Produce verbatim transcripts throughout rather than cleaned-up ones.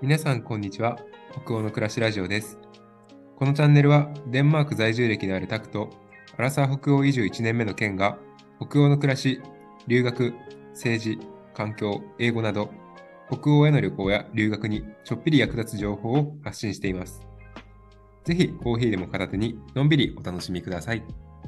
皆さんこんにちは。北欧の暮らしラジオです。このチャンネルはデンマーク在住歴のあるタクとアラサー北欧移住いちねんめのケンが北欧の暮らし、留学、政治、環境、英語など北欧への旅行や留学にちょっぴり役立つ情報を発信しています。ぜひコーヒーでも片手にのんびりお楽しみください。よ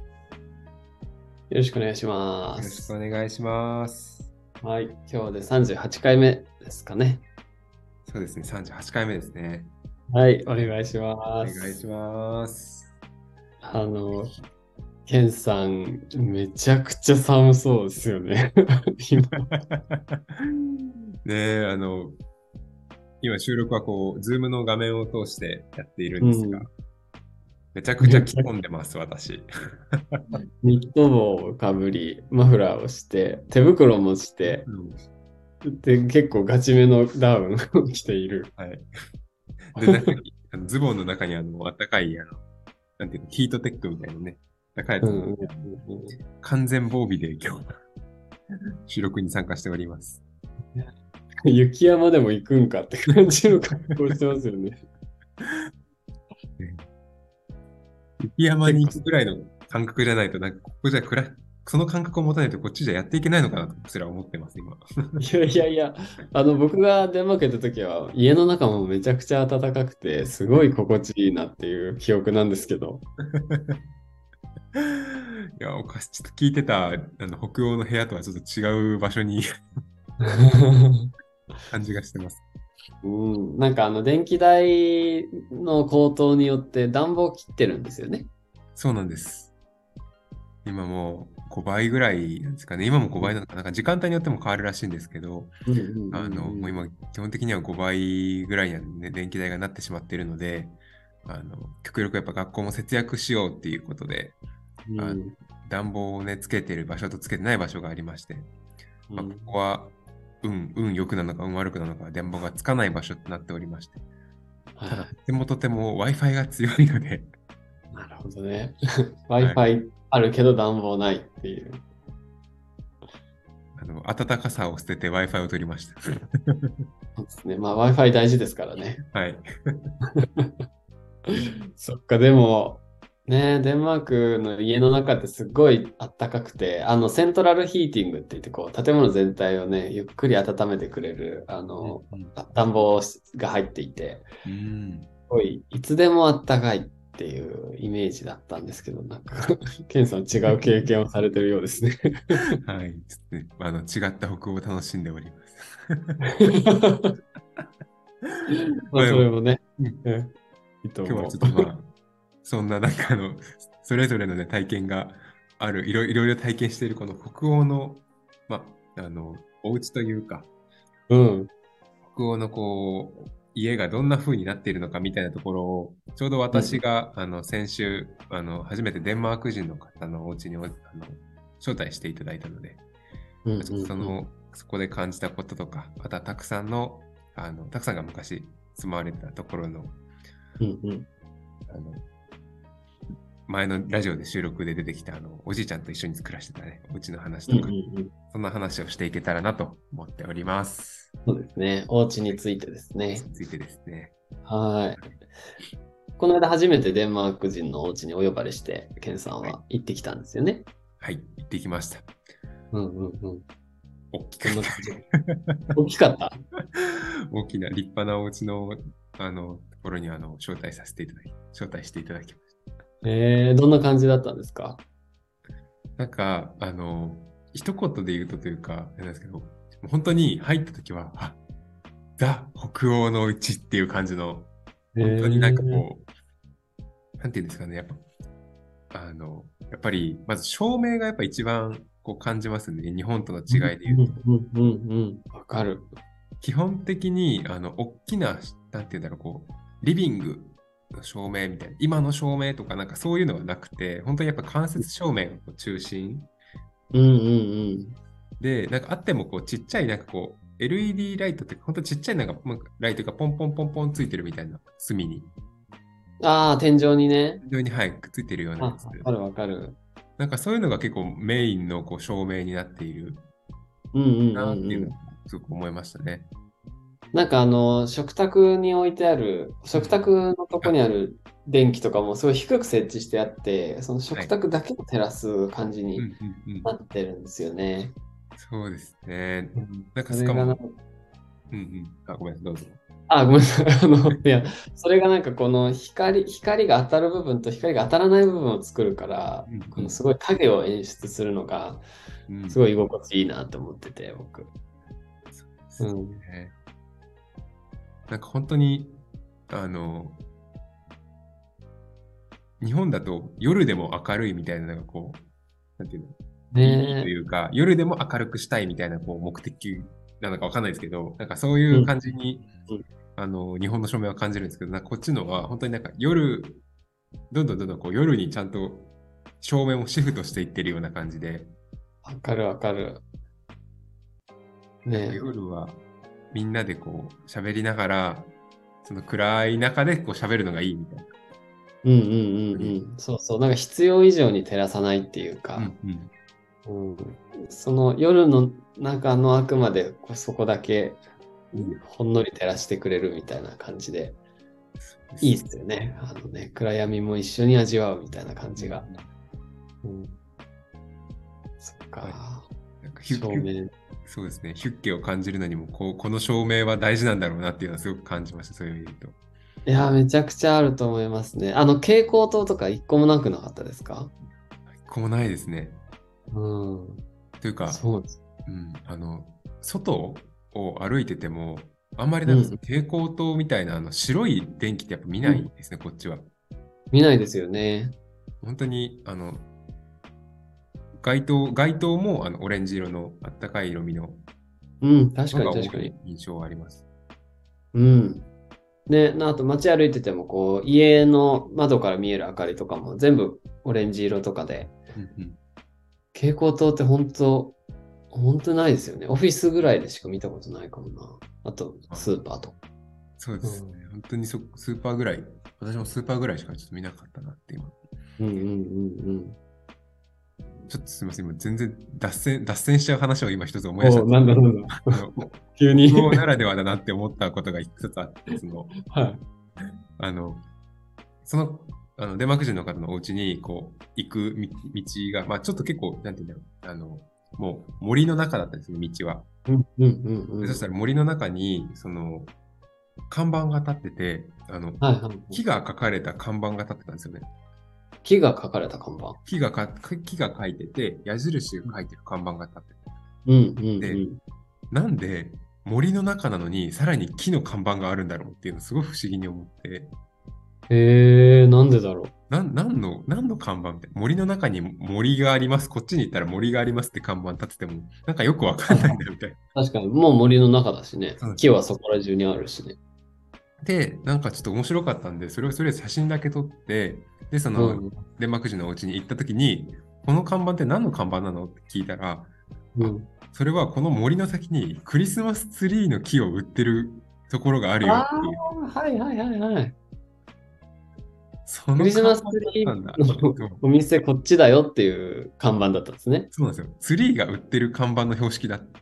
よろしくお願いしまろしくす。 お願いします。 はい。今日でさんじゅうはちかいめですかね。 そうですね、さんじゅうはちかいめですね。 はい。お願いしおます。 願いします。 あの、ケンさん、めちゃくちゃ寒そうですよね。今。 ねえ、あの、今収録はこう、ズームの画面を通してやっているんですが、 うん。 めちゃくちゃ着めちゃ込んでます、私。 ニット帽をかぶり、マフラーをして、手袋もして、 うん、 で、結構ガチめのダウンを着ている。 はい。で、中に、あのズボンの中にあの、あったかい、あの、なんていうの、ヒートテックみたいなね、あったかいやつも、 うんうんうん完全防備で今日、収録に参加しております。 うん。雪山でも行くんかって感じの格好してますよね。 雪山に結構。 行くぐらいの感覚じゃないと、なんか、ここじゃくら、その感覚を持たないとこっちじゃやっていけないのかなとすら思ってます、今。 いやいやいや、あの、僕がデンマーク行った時は、家の中もめちゃくちゃ暖かくて、すごい心地いいなっていう記憶なんですけど。 いや、おかしい。ちょっと聞いてた、あの、北欧の部屋とはちょっと違う場所に感じがしてます。 うん、なんかあの、電気代の高騰によって暖房を切ってるんですよね。 そうなんです。今もうごばいぐらいなんですかね。今もごばいなのかな。なんか時間帯によっても変わるらしいんですけど、 うんうんうんあの、もう今、基本的にはごばいぐらいにはね、電気代がなってしまっているので、あの、極力やっぱ学校も節約しようっていうことで、あのうん暖房をね、つけてる場所とつけてない場所がありまして、まあ、こうん。 こは、運、うん運良くなのか運悪くなのか、暖房がつかない場所となっておりまして、ただ、 はとてもとても Wi-Fi が強いので、 い。なるほどね。 はい、 Wi-Fi あるけど暖房ないっていう。 あの、暖かさを捨てて Wi-Fi を取りました。 そうですね。まあ Wi-Fi 大事ですからね。 はい。 そっか、でも、ね、デンマークの家の中ってすごいあったかくて、あの、セントラルヒーティングって言って、こう、建物全体をね、ゆっくり温めてくれる、あの、 うんあ暖房が入っていて、 うん。 すごい、いつでもあったかいっていうイメージだったんですけど、なんかケンさん違う経験をされてるようですね。 はい。ちょっとね、あの、違った北欧を楽しんでおります。 まあ、 まあでも、 それもね、 うんうんいいと今日は思う。 ちょっとまあ、そんななんかあの、それぞれのね、体験がある、いろいろいろ体験しているこの北欧の、まあ、あの、お家というか、 うん。 北欧のこう、家がどんな風になっているのかみたいなところを、ちょうどうん。 私が、あの、先週、あの、初めてデンマーク人の方のお家におあの招待していただいたので、 うん。 ちょっとそうん。 の、そこで感じたこととか、またたくさんの、あの、たくさんが昔住まわれたところの、 うん。うん。 あの、前のラジオで収録で出てきた、あの、おじいちゃんと一緒に暮らしてたね、お家の話うん。 とか、 うん。 そんな話をしていけたらなと思っております。 そうですね。お家はい。 についてですね。 についてですね。 はい。この間初めてデンマーク人のお家にお呼ばれして、ケンさんはい。 は行ってきたんですよね。 はい。行ってきました。 うんうんうん。 大きかっどんな感じ？ た。 大きかった？ 大きな立派なお家の、あの、ところに、あの、招待させていただき、招待していただきましえー、どんな感じだったんですか？ た。なんか、あの、一言で言うとというか、なんですけど、本当に入った時は、あ、ザ・北欧のうちっていう感じの、 え本当になんかー、 こう、なんていうんですかね、やっぱ、あの、やっぱり、まず照明がやっぱ一番こう感じますね。日本とのうん違いで言うと。 うんうんうんうん。わかる。 基本的に、あの、大きな、なんていうんだろう、こう、リビングの照明みたいな、今の照明とかなんかそういうのはなくて、本当にやっぱ間接照明がこう中心うんうんで、なんかあってもこうちっちゃいなんかこう、エルイーディー ライトって本当ちっちゃいなんかまあライトがポンポンポンポンついてるみたいな隅に、 うん。ああ、天井にね。 非常にはいくっついてるようなあ、 やつ。 わかるわかる。 なんかそういうのが結構メインのこう照明になっているうんうんうなっていうのをんうん。 すごく思いましたね。 なんかあの、食卓に置いてある、食卓のとこあ、 にある電気とかもすごい低く設置してあって、そのはい。 食卓だけを照らす感じにうんうんうん。 なってるんですよね。 そうですね。 うん、 なんかそれがな、 しかも、うんうん。あ、ごめんなさい、どうぞ。 あ、ごめんなさい。あの、いや、それがなんかこの光、光が当たる部分と光が当たらない部分を作るから、 うんうんこのすごい影を演出するのが、 うん。 すごい居心地いいなと思ってて、僕。 そうですうん。 ね。なんか本当に、あの、日本だと夜でも明るいみたいなのがこう、なんていうの、いいいいとねえ。 いうか、夜でも明るくしたいみたいなこう目的なのかわかんないですけど、なんかそういううん。 感じに、 うん。 あの、日本の照明は感じるんですけど、なんかこっちのは本当になんか夜、どんどんどんどんこう夜にちゃんと照明もシフトしていってるような感じで、 わかるわかる。 なんかねえ。 夜はみんなでこう喋りながら、その暗い中でこう喋るのがいいみたいな。 うんうんうんうん。そうそう。なんか必要以上に照らさないっていうか、 うんうん。 うん、その夜の中のあくまでこうそこだけうん。 ほんのり照らしてくれるみたいな感じで、いいっです。 すよね。あのね、暗闇も一緒に味わうみたいな感じが。 うんうん。 うん、そっはい。 か。 なんかヒュッ、ヒュッ、 照明。 そうですね。ヒュッケを感じるのにも、こう、この照明は大事なんだろうなっていうのはすごく感じました。そういう意味で言うと。 いや、めちゃくちゃあると思いますね。あの、蛍光灯とか一個もなくなかったですか？ 一個もないですね。 うん。 というか、 そうです。 うん、あの、外を歩いてても、あんまりなんかそのうん。 蛍光灯みたいなあの白い電気ってやっぱ見うん。 ないですね、こっちは。 見ないですよね。 本当に、あの、街灯、街灯もあのオレンジ色のあったかい色味のうん。確のかが多いに確かに。 印象はあります。 うん。で、なあと街歩いてても、こう、家の窓から見える明かりとかも全部オレンジ色とかで、 うんうん。 蛍光灯って本当、本当ないですよね。オフィスぐらいでしか見たことないかもな。あと、スーあ、 パーとか。 そうですね。 うん。 本当にそスーパーぐらい、私もスーパーぐらいしかちょっと見なかったなって今。 うんうんうんうん。 ちょっとすみません、今全然脱線、脱線しちゃう話を今一つ思い出したおお、 んですけど、 なんだなんだ。 あの、 急に。 北欧ならではだなって思ったことが一つあって、その、 はい。 あの、その、あの、デンマーク人の方のお家に、こう、行くみ道が、まあちょっと結構、なんていうんだろう、あの、もう森の中だったんですよ、道は。 うんうんうんうでそしん。 たら森の中に、その、看板が立ってて、あの、 はいはい。 木が書かれた看板が立ってたんですよね。 木が書かれた看板。 木がか、木が書いてて、矢印が書いてる看板が立ってうんうんうて、 ん。 なんで森の中なのにさらに木の看板があるんだろうっていうのをすごい不思議に思って、 へえ、なんでだろう。 なん、なんの、なんの看板みたいな。森の中に森があります。こっちに行ったら森がありますって看板立てても、なんかよくわかんないんだみたいな。 確かに、もう森の中だしね。 そうなんですよ。 木はそこら中にあるしね。 で、なんかちょっと面白かったんで、それをそれ写真だけ撮って、で、その、 うん。 デンマーク人のお家に行った時に、この看板って何の看板なのって聞いたら、あ、 うん。 それはこの森の先にクリスマスツリーの木を売ってるところがあるよっあていう、 あ、はいはいはいはい。 そのクリスマス看板だっツリーたんだ。 のそう、 お店こっちだよっていう看板だったんですね。 そうなんですよ。ツリーが売ってる看板の標識だって、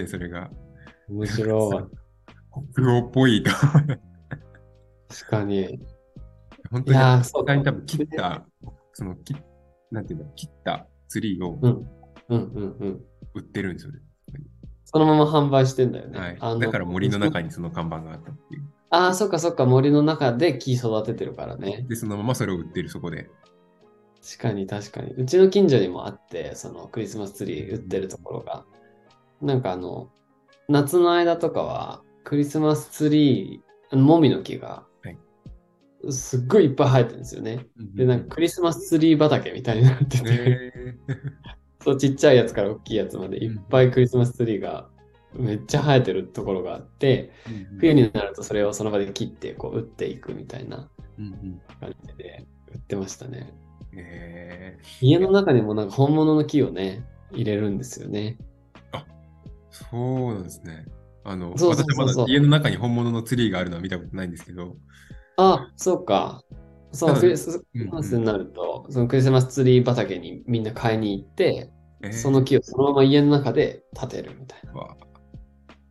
それが。 面なんかすごい白北欧っぽいと。 い。確かに。 本当になんかいやー、そうか。 実際に多分切った、その切、なんていうんだ、切ったツリーをうん。うんうんうん。 売ってるんですよね。 そのまま販売してんだよね。 はい。 あの、 だから森の中にその看板があったっていう。 ああ、そっかそっか、森の中で木育ててるからね。 で、そのままそれを売ってるそこで。 確かに確かに。うちの近所にもあって、そのクリスマスツリー売ってるところが。なんかあの、夏の間とかは、クリスマスツリー、あのもみの木が、 はい。 すっごいいっぱい生えてるんですよね。で、なんかクリスマスツリー畑みたいになってて、 えー、 そうちっちゃいやつから大きいやつまでいっうんぱいクリスマスツリーがめっちゃ生えてるところがあって、 うんうん冬になるとそれをその場で切ってこう打っていくみたいなうんうん感じで売ってましたね。 えー、え家の中にもなんか本物の木をね、入れるんですよね。 あ、そうなんですね。あの、 そうそう私はまだそうそう。 家の中に本物のツリーがあるのは見たことないんですけど、 あ、そうか。そう、 ただ、うんクリスマスにうんなると、そのクリスマスツリー畑にみんな買いに行って、そのえ木をそのまま家の中で建てるみたいな。 ー、わ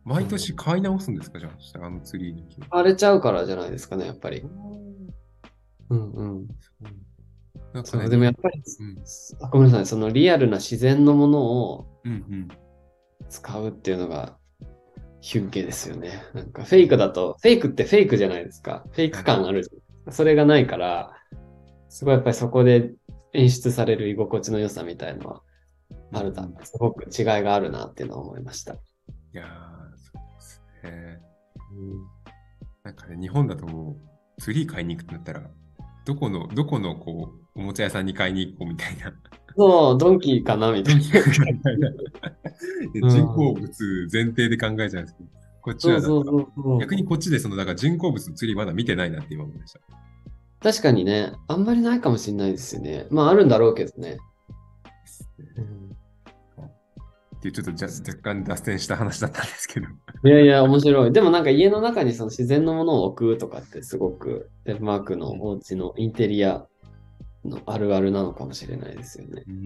毎年買い直すんですか、じゃあ、そしたらあのツリーの木。 荒れちゃうからじゃないですかね、やっぱり。うんうん。そう、 なんかね、に、 でもやっぱり、 うん、 あ、ごめんなさい、そのリアルな自然のものをうん、うん。 使うっていうのがヒュンケですよね。なんかフェイクだと、フェイクってフェイクじゃないですか。フェイクはい。 感あるじゃないですか。それがないから、すごいやっぱりそこで演出される居心地の良さみたいのはあるだ、 うんうん、 すごく違いがあるなっていうのは思いました。 いやー、そうですね。 うん、 なんかね、日本だともう、ツリー買いに行くってなったら、どこの、どこのこう、おもちゃ屋さんに買いに行こうみたいな。 そう、ドンキーかなみたいドンキな。 みたいな。でう人工ん、 物前提で考えちゃうんですけど、こっちはなんか、 そうそうそうそう。 逆にこっちでその、だから人工物のツリーまだ見てないなって今思いました。 確かにね、あんまりないかもしれないですよね。まああるんだろうけどね。 ですね。 うん、 っていうちょっとじゃ若干脱線した話だったんですけど。 いやいや、面白い。でもなんか家の中にその自然のものを置くとかってすごくデンマークのお家のインテリアのあるあるなのかもしれないですよね。 うん、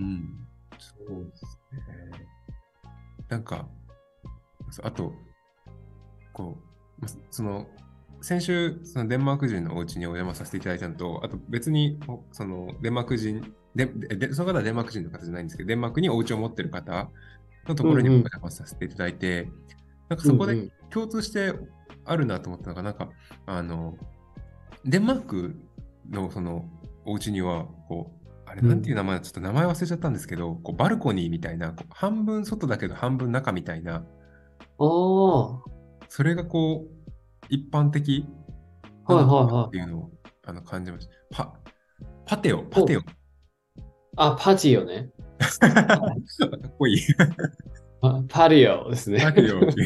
そうですね。なんか、あと、こう、まその、先週、そのデンマーク人のお家にお邪魔させていただいたのと、あと別に、そのデンマーク人、で、でその方はデンマーク人の方じゃないんですけど、デンマークにお家を持ってる方のところにおうんうん。 邪魔させていただいて、なんかそこでうんうん。 共通してあるなと思ったのが、なんか、あの、デンマークのそのお家には、こう、あれうん。 なんていう名前、ちょっと名前忘れちゃったんですけど、こうバルコニーみたいな、こう半分外だけど半分中みたいな、 ああ、はそれがこう、一般的いはいなのかなっていうはい。 のをあの感じました。パ、パテオ、パテオ。 お、あ、パジオね。 かっこいい。 パパリオですね。 パテオっていう。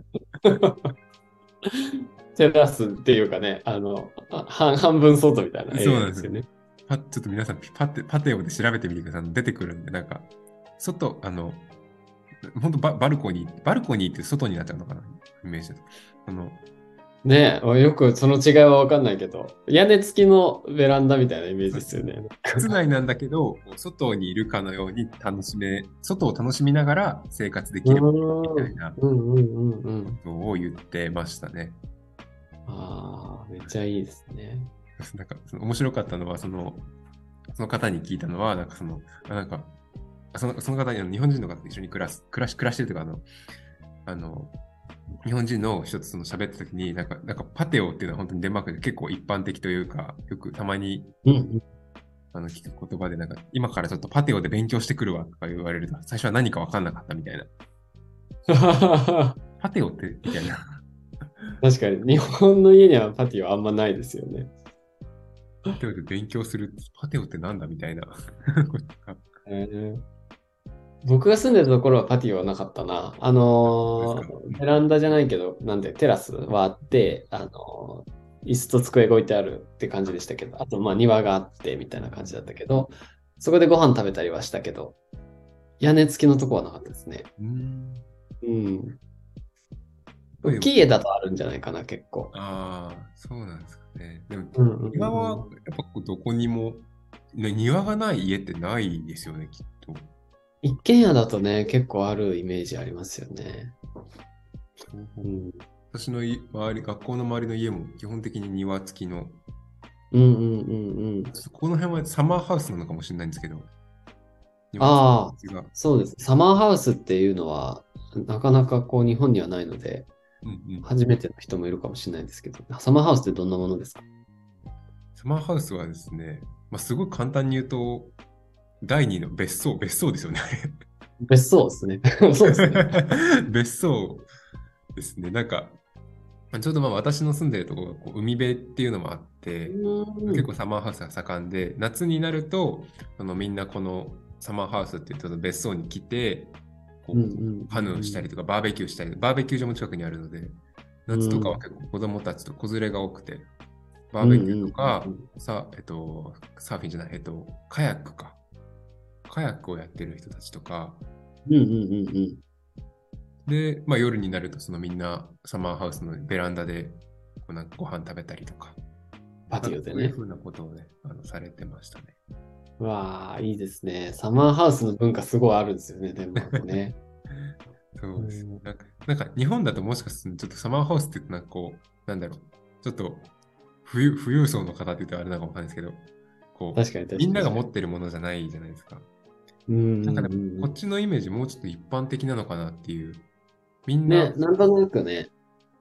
テラスっていうかね、あの、あ半半分外みたいなエリそうなんですよ。 アですよね。 パ、ちょっと皆さんパテ、パテオで調べてみてください。あの出てくるんで、なんか、外、あの、本当バ、バルコニー、バルコニーって外になっちゃうのかな、イメージだと。あの、 ねえ、よくその違いはわかんないけど、屋根付きのベランダみたいなイメージそうですね。 ですよね。 室内なんだけど、こう外にいるかのように楽しめ、外を楽しみながら生活でうきるみーん、 たいなうんうんうんうこん。 とを言ってましたね。 ああ、めっちゃいいですね。 なんか、その面白かったのは、その、その方に聞いたのは、なんかその、あなんか、そのその方にあの日本人の方と一緒に暮らす、暮らし、暮らしてるというか、あの、あの、日本人の人とその喋ったときに、なんか、なんかパテオっていうのは本当にデンマークで結構一般的というか、よくたまにうんうん。 あの聞く言葉で、なんか、今からちょっとパテオで勉強してくるわとか言われると、最初は何か分かんなかったみたいな。パテオってみたいな。 確かに、日本の家にはパティはあんまないですよね。 パテオで勉強する、パテオってなんだみたいな。 えー僕が住んでたところはパティはなかったな。あそうですか。 のーベうんランダじゃないけど、なんでテラスはあって、あのー椅子と机が置いてあるって感じでしたけど、あとまあ庭があってみたいな感じだったけど、そこでご飯食べたりはしたけど、屋根付きのとこはなかったですね。 うん。 うん。 パテオ、 大きい家だとあるんじゃないかな、結構。 ああ、そうなんですかね。でも、 うんうん庭はうん。 やっぱこうどこにも、ね、庭がない家ってないですよね、きっと。 一軒家だとね、結構あるイメージありますよね。 そううん。 私のい周り、学校の周りの家も基本的に庭付きの、 うんうんうんうん。 ちょっとこの辺はサマーハウスなのかもしれないんですけど、庭付ああ、 きが、 そうです。サマーハウスっていうのは、なかなかこう日本にはないので、 うんうん。 初めての人もいるかもしれないですけど、サマーハウスってどんなものですか？ サマーハウスはですね、まあ、すごい簡単に言うと、第二の別荘、別荘ですよね。 別荘ですね。そうですね。 別荘ですね。なんか、ちょうどまあ私の住んでるところがこう海辺っていうのもあっうて、 ーん。 結構サマーハウスが盛んで、夏になると、そのみんなこのサマーハウスっていうと別荘に来て、こううんうんカヌーしたりとかバーベキューしたり、バーベキュー場も近くにあるので、夏とかはうん。 結構子供たちと子連れが多くて、バーベキューうんうんとか、 うんさ、えっと、サーフィンじゃない、えっと、カヤックか。カヤックをやってる人たちとか、 うんうんうんうん。 で、まあ、夜になるとそのみんなサマーハウスのベランダでこうなんかご飯食べたりとか、 パなんティオでね。 かそういうふうなことをね、あのされてましたね。 うわあ、いいですね。サマーハウスの文化すごいあるんですよね、デンマークね。 そうです。 うん。 なんかなんか日本だともしかするとちょっとサマーハウスってなんかこう、なんだろう、ちょっと富裕、富裕層の方って言ったらあれなのかもわかんないですけど、こう、 確かに確かに。 みんなが持ってるものじゃないじゃないですか。 うんうんなんかでも、 うんうん。 こっちのイメージもうちょっと一般的なのかなっていう、みんなね、なんとなくね、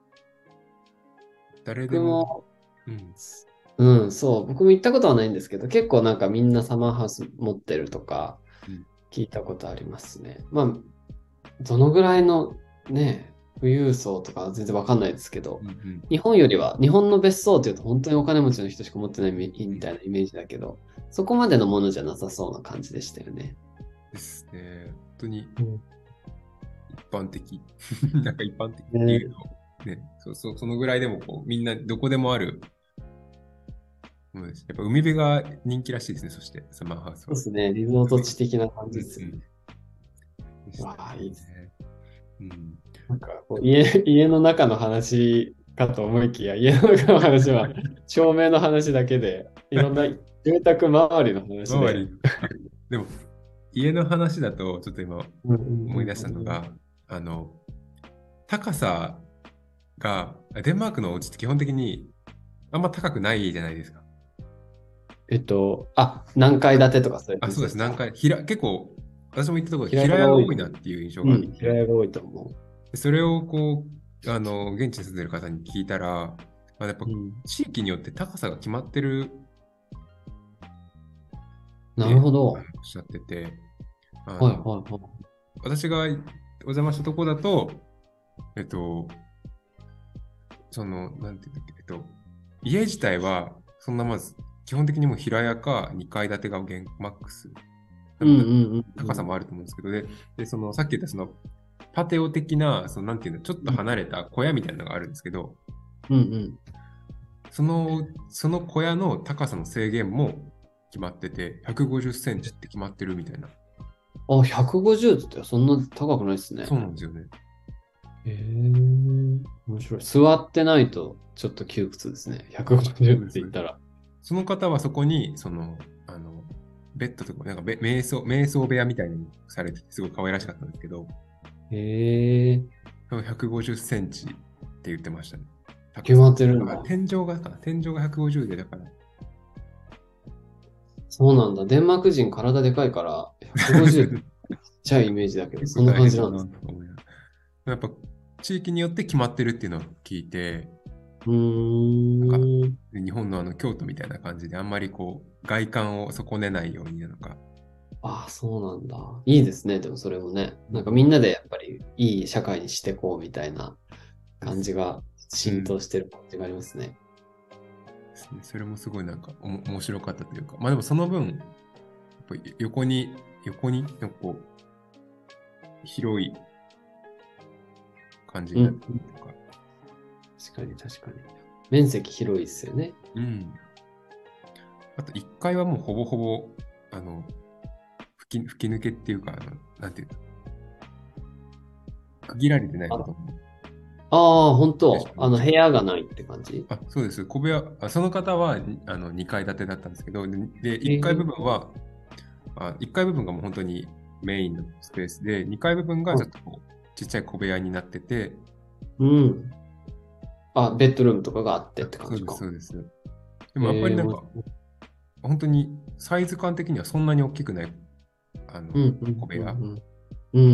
誰でも、 僕も、 うん、 うん、そう、僕も行ったことはないんですけど、結構なんかみんなサマーハウス持ってるとかうん、 聞いたことありますね。まあ、どのぐらいのね、富裕層とかは全然わかんないですけど、 うん、うん、 日本よりは、日本の別荘っていうと本当にお金持ちの人しか持ってないみうん、 みたいなイメージだけど、そこまでのものじゃなさそうな感じでしたよね。 ですね。本当にうん。 一般的。なんか一般的っていうね、 と、ね、そうそう、そのぐらいでもこう、みんなどこでもあるものです。やっぱ海辺が人気らしいですね、そして、サマーハウスは。 そうですね、リゾート海、 地的な感うん、 じですよね。 うん。でしたわあ、いいです。 ね。うん。 なんかこう家、家の中の話かと思いきや、家の中の話は照明の話だけで、いろんな住宅周りの話で。 周りの、あ、でも、家の話だと、ちょっと今うんうんう思い出したのんうん。 が、あの、高さが、デンマークのお家って基本的にあんま高くないじゃないですか。 えっと、あ、何階建てとかそういうあ、そうです。 感じですか？ 何回、平、結構、私も言ったところ、 平屋平屋がが多いと。 多いなっていう印象があっうん、平て、 屋が多いと思それをこう、あの、現地に住んでる方に聞いたら、まあ、やっぱう。うん。 地域によって高さが決まってるっなるてほど。 おっしゃってて、あはいの、 はいはい。 私がお邪魔したとこだと、えっと、その、なんていうんだっけ、えっと、家自体は、そんなまず、基本的にもう平屋かにかい建てが現マックス。 うんうまあんうんうん。 高さもあると思うんですけど、で、でそのさっき言ったそのパテオ的な、そのなんていうの、ちょっとうん離れた小屋みたいなのがあるんですけど、 うんその、その小屋の高さの制限も決まってて、ひゃくごじゅっセンチって決まってるみたいな。 うん。あ、ひゃくごじゅうってそんな高くないですね。 そうなんですよね。 へえ、面白い。座ってないとちょっと窮屈ですね。ひゃくごじゅうっそうです、そうです。 て言ったら。 その方はそこに、その、あの、ベッドとか、なんかべ瞑想、瞑想部屋みたいにされてて、すごい可愛らしかったんですけど、 へえ、 ひゃくごじゅっセンチって言ってましたね。高さ。 決まってるんあ、 だ。 天井がかな、天井がひゃくごじゅうで、だから、 そうなんだ。デンマーク人体でかいからひゃくごじゅうちっちゃいイメージだけど、 結構そんな大変だな感じなんです。 と思いながら。やっぱ地域によって決まってるっていうのを聞いて、 うなんかーん。 日本のあの京都みたいな感じであんまりこう外観を損ねないようになのか。 ああ、そうなんだ。いいですね。でもそれもね。なんかみうん、 んなでやっぱりいい社会にしてこうみたいなです。 感じがうん。 浸透してる感じがありますね。 ですね。それもすごいなんかおも面白かったというか、まあでもその分、やっぱり横に、横に、なんかこう、広い感じになってうん。 るとか。 確かに確かに。面積広いですよね。 うん。あといっかいはもうほぼほぼ、あの、吹き、吹き抜けっていうか、あのなんていうの、区切られてないほあ、 とんどああ、本でし当。あの、 ょ。 部屋がないって感じ？ あ、そうです。小部屋、あ、その方はにあのにかい建てだったんですけど、で、でいっかい部分ええ、 は、あ、いっかい部分がもう本当にメインのスペースで、にかい部分がちょっとこうちっちゃい小部屋になってて、 うん。あ、ベッドルームとかがあってって感そうです、 じか。 そうです。でもやっぱええ、もう、 りなんか、本当にサイズ感的にはそんなに大きくない、あの、 うん、うん、 小部屋。 うん、うん。うん。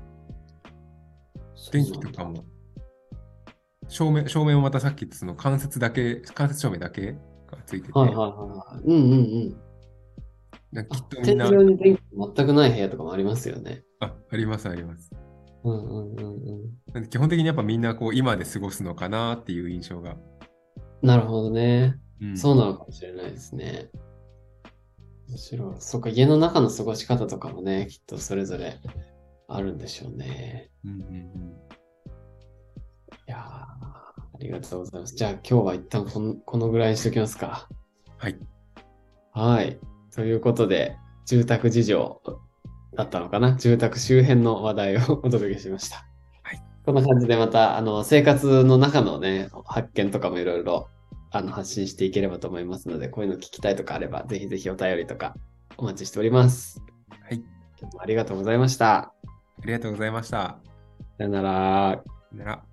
そ電うなんだ。 気とかも、照明、照明もまたさっき言ったその間接だけ、間接照明だけがついてはい、はい、 て、 はいはい。うん、うん、うん。 なんかきっあ、天とみんな、 井に電気全くない部屋とかもありますよね。 あ、あります、あります。 うん、うん、うん、うん。 なんで基本的にやっぱみんなこう今で過ごすのかなっていう印象が。 なるほどね。 うん。 そうなのかもしれないですね。面白い。そっか、家の中の過ごし方とかもね、きっとそれぞれあるんでしょうね。 うんうんうん。 いやー、ありがとうございます。じゃあ今日は一旦この、このぐらいにしときますか。 はい。 はい。ということで、住宅事情だったのかな、住宅周辺の話題をお届けしました。 はい。 こんな感じでまた、あの、生活の中のね、発見とかもいろいろ、あの、発信していければと思いますので、こういうの聞きたいとかあれば、ぜひぜひお便りとかお待ちしております。 はい。 今日もありがとうございました。 ありがとうございました。 さよなら。 なら。